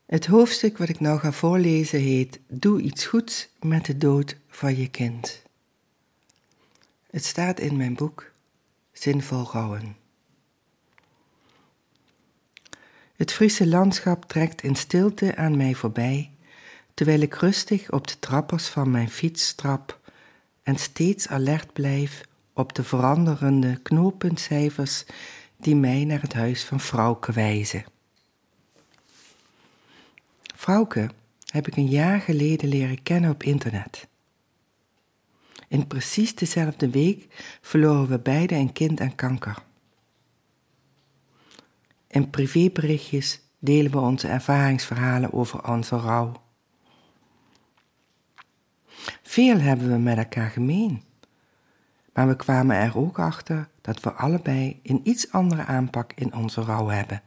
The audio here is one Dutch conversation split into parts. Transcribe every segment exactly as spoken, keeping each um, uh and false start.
Het hoofdstuk wat ik nou ga voorlezen heet Doe iets goeds met de dood van je kind. Het staat in mijn boek Zinvol rouwen. Het Friese landschap trekt in stilte aan mij voorbij, terwijl ik rustig op de trappers van mijn fiets trap en steeds alert blijf op de veranderende knooppuntcijfers die mij naar het huis van Frauke wijzen. Frauke heb ik een jaar geleden leren kennen op internet. In precies dezelfde week verloren we beiden een kind aan kanker. In privéberichtjes delen we onze ervaringsverhalen over onze rouw. Veel hebben we met elkaar gemeen, maar we kwamen er ook achter dat we allebei een iets andere aanpak in onze rouw hebben.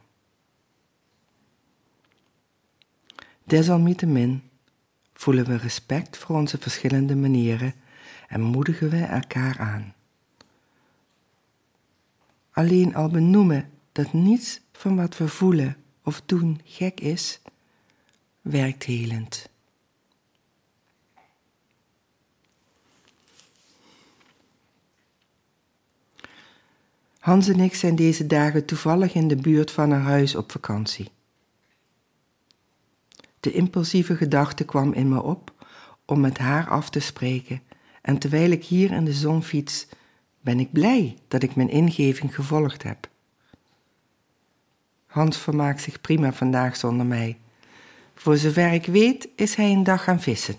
Desalniettemin voelen we respect voor onze verschillende manieren en moedigen we elkaar aan. Alleen al benoemen dat niets van wat we voelen of doen gek is, werkt helend. Hans en ik zijn deze dagen toevallig in de buurt van haar huis op vakantie. De impulsieve gedachte kwam in me op om met haar af te spreken en terwijl ik hier in de zon fiets, ben ik blij dat ik mijn ingeving gevolgd heb. Hans vermaakt zich prima vandaag zonder mij. Voor zover ik weet is hij een dag gaan vissen.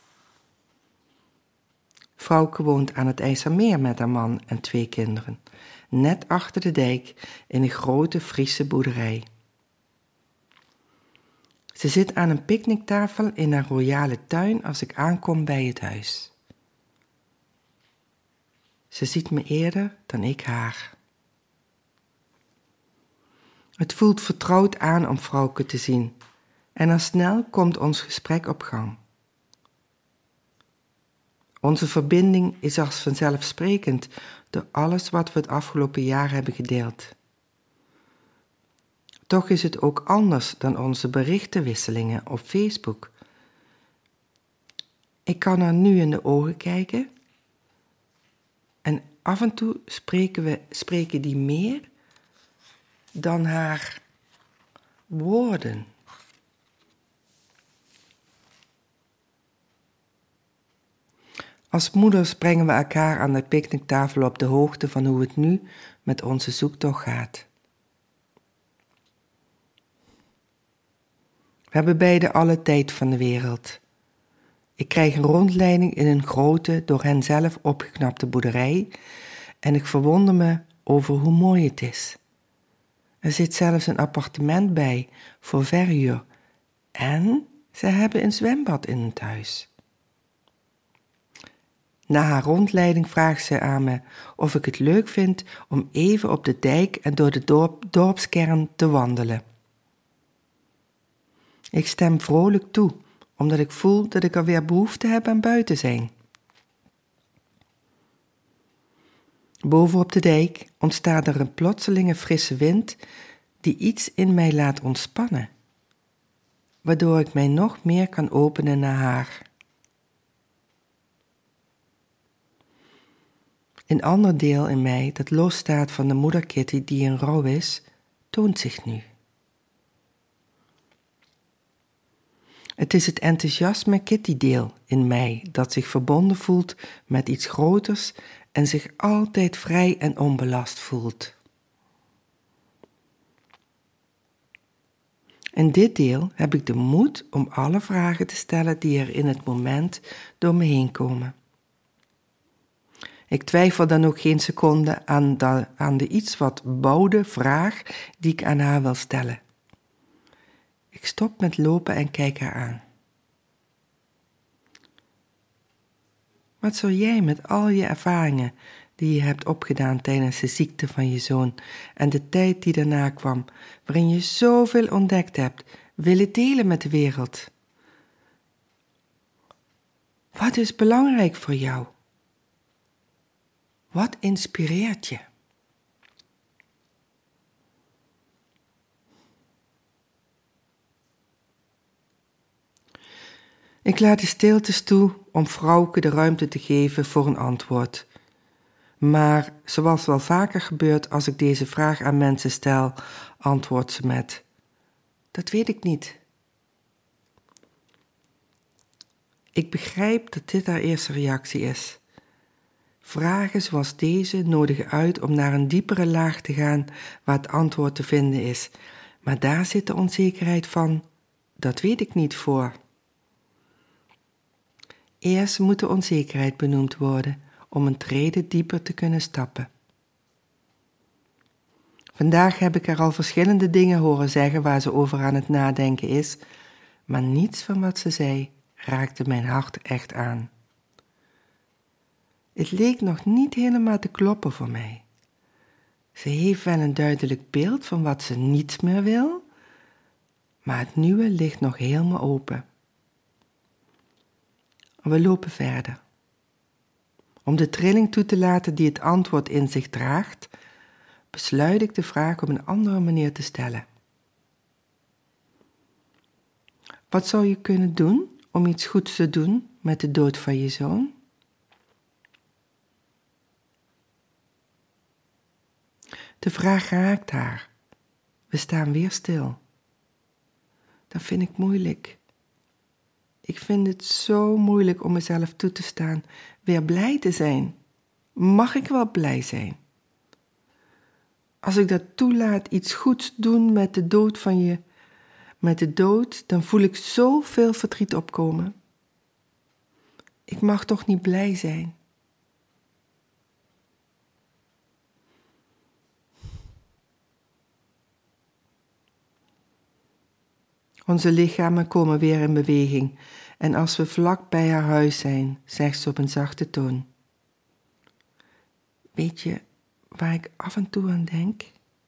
Frauke woont aan het IJsselmeer met haar man en twee kinderen, net achter de dijk in een grote Friese boerderij. Ze zit aan een picknicktafel in haar royale tuin als ik aankom bij het huis. Ze ziet me eerder dan ik haar. Het voelt vertrouwd aan om Frauke te zien en al snel komt ons gesprek op gang. Onze verbinding is als vanzelfsprekend door alles wat we het afgelopen jaar hebben gedeeld. Toch is het ook anders dan onze berichtenwisselingen op Facebook. Ik kan haar nu in de ogen kijken en af en toe spreken we spreken die meer dan haar woorden. Als moeders brengen we elkaar aan de picknicktafel op de hoogte van hoe het nu met onze zoektocht gaat. We hebben beide alle tijd van de wereld. Ik krijg een rondleiding in een grote, door hen zelf opgeknapte boerderij en ik verwonder me over hoe mooi het is. Er zit zelfs een appartement bij voor verhuur en ze hebben een zwembad in het huis. Na haar rondleiding vraagt ze aan me of ik het leuk vind om even op de dijk en door de dorp, dorpskern te wandelen. Ik stem vrolijk toe, omdat ik voel dat ik alweer behoefte heb aan buiten zijn. Boven op de dijk ontstaat er een plotselinge frisse wind die iets in mij laat ontspannen, waardoor ik mij nog meer kan openen naar haar. Een ander deel in mij dat losstaat van de moederkitty die in rouw is, toont zich nu. Het is het enthousiasme Kitty-deel in mij dat zich verbonden voelt met iets groters en zich altijd vrij en onbelast voelt. In dit deel heb ik de moed om alle vragen te stellen die er in het moment door me heen komen. Ik twijfel dan ook geen seconde aan de, aan de iets wat boude vraag die ik aan haar wil stellen. Ik stop met lopen en kijk haar aan. Wat zou jij met al je ervaringen die je hebt opgedaan tijdens de ziekte van je zoon en de tijd die daarna kwam, waarin je zoveel ontdekt hebt, willen delen met de wereld? Wat is belangrijk voor jou? Wat inspireert je? Ik laat de stiltes toe om Frauke de ruimte te geven voor een antwoord. Maar zoals wel vaker gebeurt als ik deze vraag aan mensen stel, antwoordt ze met: dat weet ik niet. Ik begrijp dat dit haar eerste reactie is. Vragen zoals deze nodigen uit om naar een diepere laag te gaan waar het antwoord te vinden is. Maar daar zit de onzekerheid van: dat weet ik niet voor. Eerst moet de onzekerheid benoemd worden om een trede dieper te kunnen stappen. Vandaag heb ik haar al verschillende dingen horen zeggen waar ze over aan het nadenken is, maar niets van wat ze zei raakte mijn hart echt aan. Het leek nog niet helemaal te kloppen voor mij. Ze heeft wel een duidelijk beeld van wat ze niet meer wil, maar het nieuwe ligt nog helemaal open. We lopen verder. Om de trilling toe te laten die het antwoord in zich draagt, besluit ik de vraag op een andere manier te stellen. Wat zou je kunnen doen om iets goeds te doen met de dood van je zoon? De vraag raakt haar. We staan weer stil. Dat vind ik moeilijk. Ik vind het zo moeilijk om mezelf toe te staan weer blij te zijn. Mag ik wel blij zijn? Als ik dat toelaat, iets goeds doen met de dood van je, met de dood, dan voel ik zoveel verdriet opkomen. Ik mag toch niet blij zijn? Onze lichamen komen weer in beweging en als we vlak bij haar huis zijn, zegt ze op een zachte toon: weet je waar ik af en toe aan denk?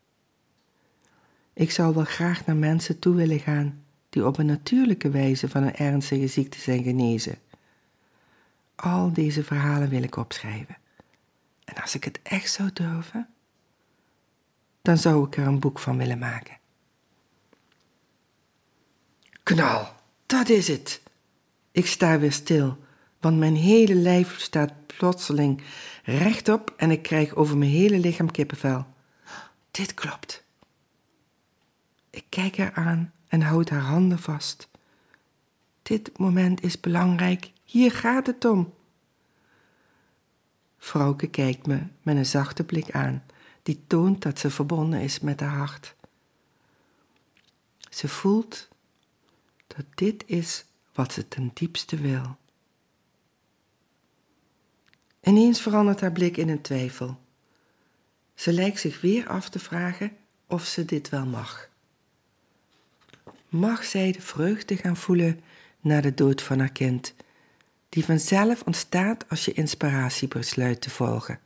Ik zou wel graag naar mensen toe willen gaan die op een natuurlijke wijze van een ernstige ziekte zijn genezen. Al deze verhalen wil ik opschrijven. En als ik het echt zou durven, dan zou ik er een boek van willen maken. Knal, dat is het. Ik sta weer stil, want mijn hele lijf staat plotseling rechtop en ik krijg over mijn hele lichaam kippenvel. Dit klopt. Ik kijk haar aan en houd haar handen vast. Dit moment is belangrijk, hier gaat het om. Frauke kijkt me met een zachte blik aan, die toont dat ze verbonden is met haar hart. Ze voelt dat dit is wat ze ten diepste wil. Ineens verandert haar blik in een twijfel. Ze lijkt zich weer af te vragen of ze dit wel mag. Mag zij de vreugde gaan voelen na de dood van haar kind, die vanzelf ontstaat als je inspiratie besluit te volgen?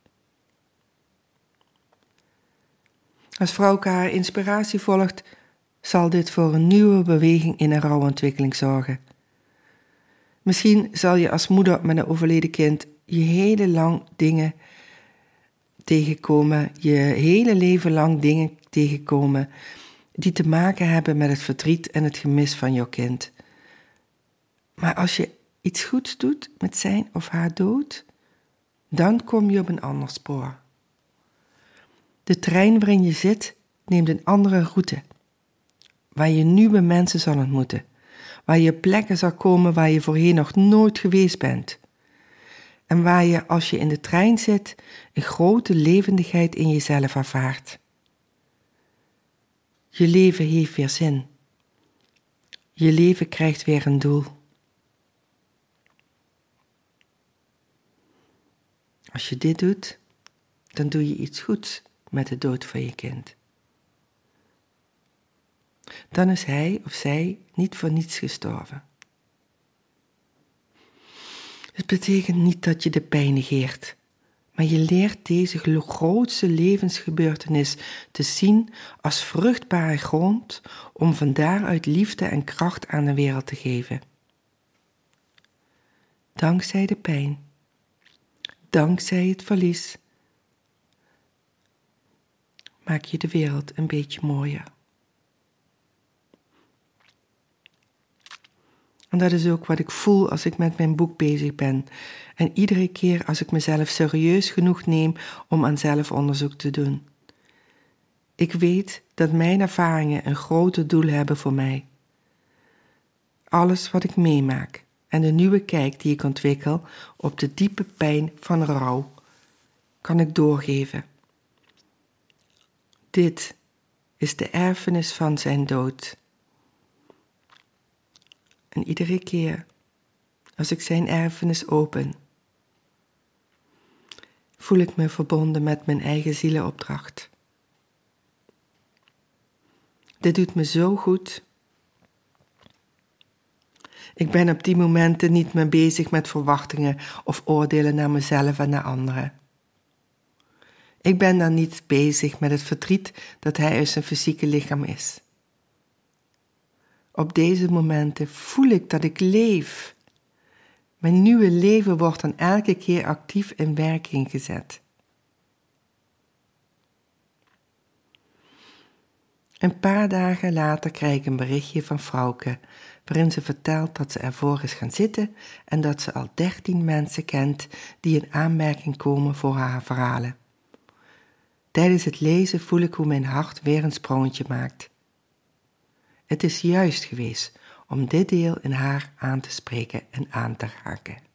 Als Frauke haar inspiratie volgt, zal dit voor een nieuwe beweging in een rouwontwikkeling zorgen. Misschien zal je als moeder met een overleden kind je hele lang dingen tegenkomen, je hele leven lang dingen tegenkomen die te maken hebben met het verdriet en het gemis van jouw kind. Maar als je iets goeds doet met zijn of haar dood, dan kom je op een ander spoor. De trein waarin je zit neemt een andere route, waar je nieuwe mensen zal ontmoeten, waar je plekken zal komen waar je voorheen nog nooit geweest bent. En waar je, als je in de trein zit, een grote levendigheid in jezelf ervaart. Je leven heeft weer zin. Je leven krijgt weer een doel. Als je dit doet, dan doe je iets goeds met de dood van je kind. Dan is hij of zij niet voor niets gestorven. Het betekent niet dat je de pijn negeert, maar je leert deze grootste levensgebeurtenis te zien als vruchtbare grond om van daaruit liefde en kracht aan de wereld te geven. Dankzij de pijn, dankzij het verlies, maak je de wereld een beetje mooier. En dat is ook wat ik voel als ik met mijn boek bezig ben. En iedere keer als ik mezelf serieus genoeg neem om aan zelfonderzoek te doen. Ik weet dat mijn ervaringen een groter doel hebben voor mij. Alles wat ik meemaak en de nieuwe kijk die ik ontwikkel op de diepe pijn van rouw, kan ik doorgeven. Dit is de erfenis van zijn dood. En iedere keer als ik zijn erfenis open, voel ik me verbonden met mijn eigen zielenopdracht. Dit doet me zo goed. Ik ben op die momenten niet meer bezig met verwachtingen of oordelen naar mezelf en naar anderen. Ik ben dan niet bezig met het verdriet dat hij uit zijn fysieke lichaam is. Op deze momenten voel ik dat ik leef. Mijn nieuwe leven wordt dan elke keer actief in werking gezet. Een paar dagen later krijg ik een berichtje van Frauke, waarin ze vertelt dat ze ervoor is gaan zitten en dat ze al dertien mensen kent die in aanmerking komen voor haar verhalen. Tijdens het lezen voel ik hoe mijn hart weer een sprongetje maakt. Het is juist geweest om dit deel in haar aan te spreken en aan te raken.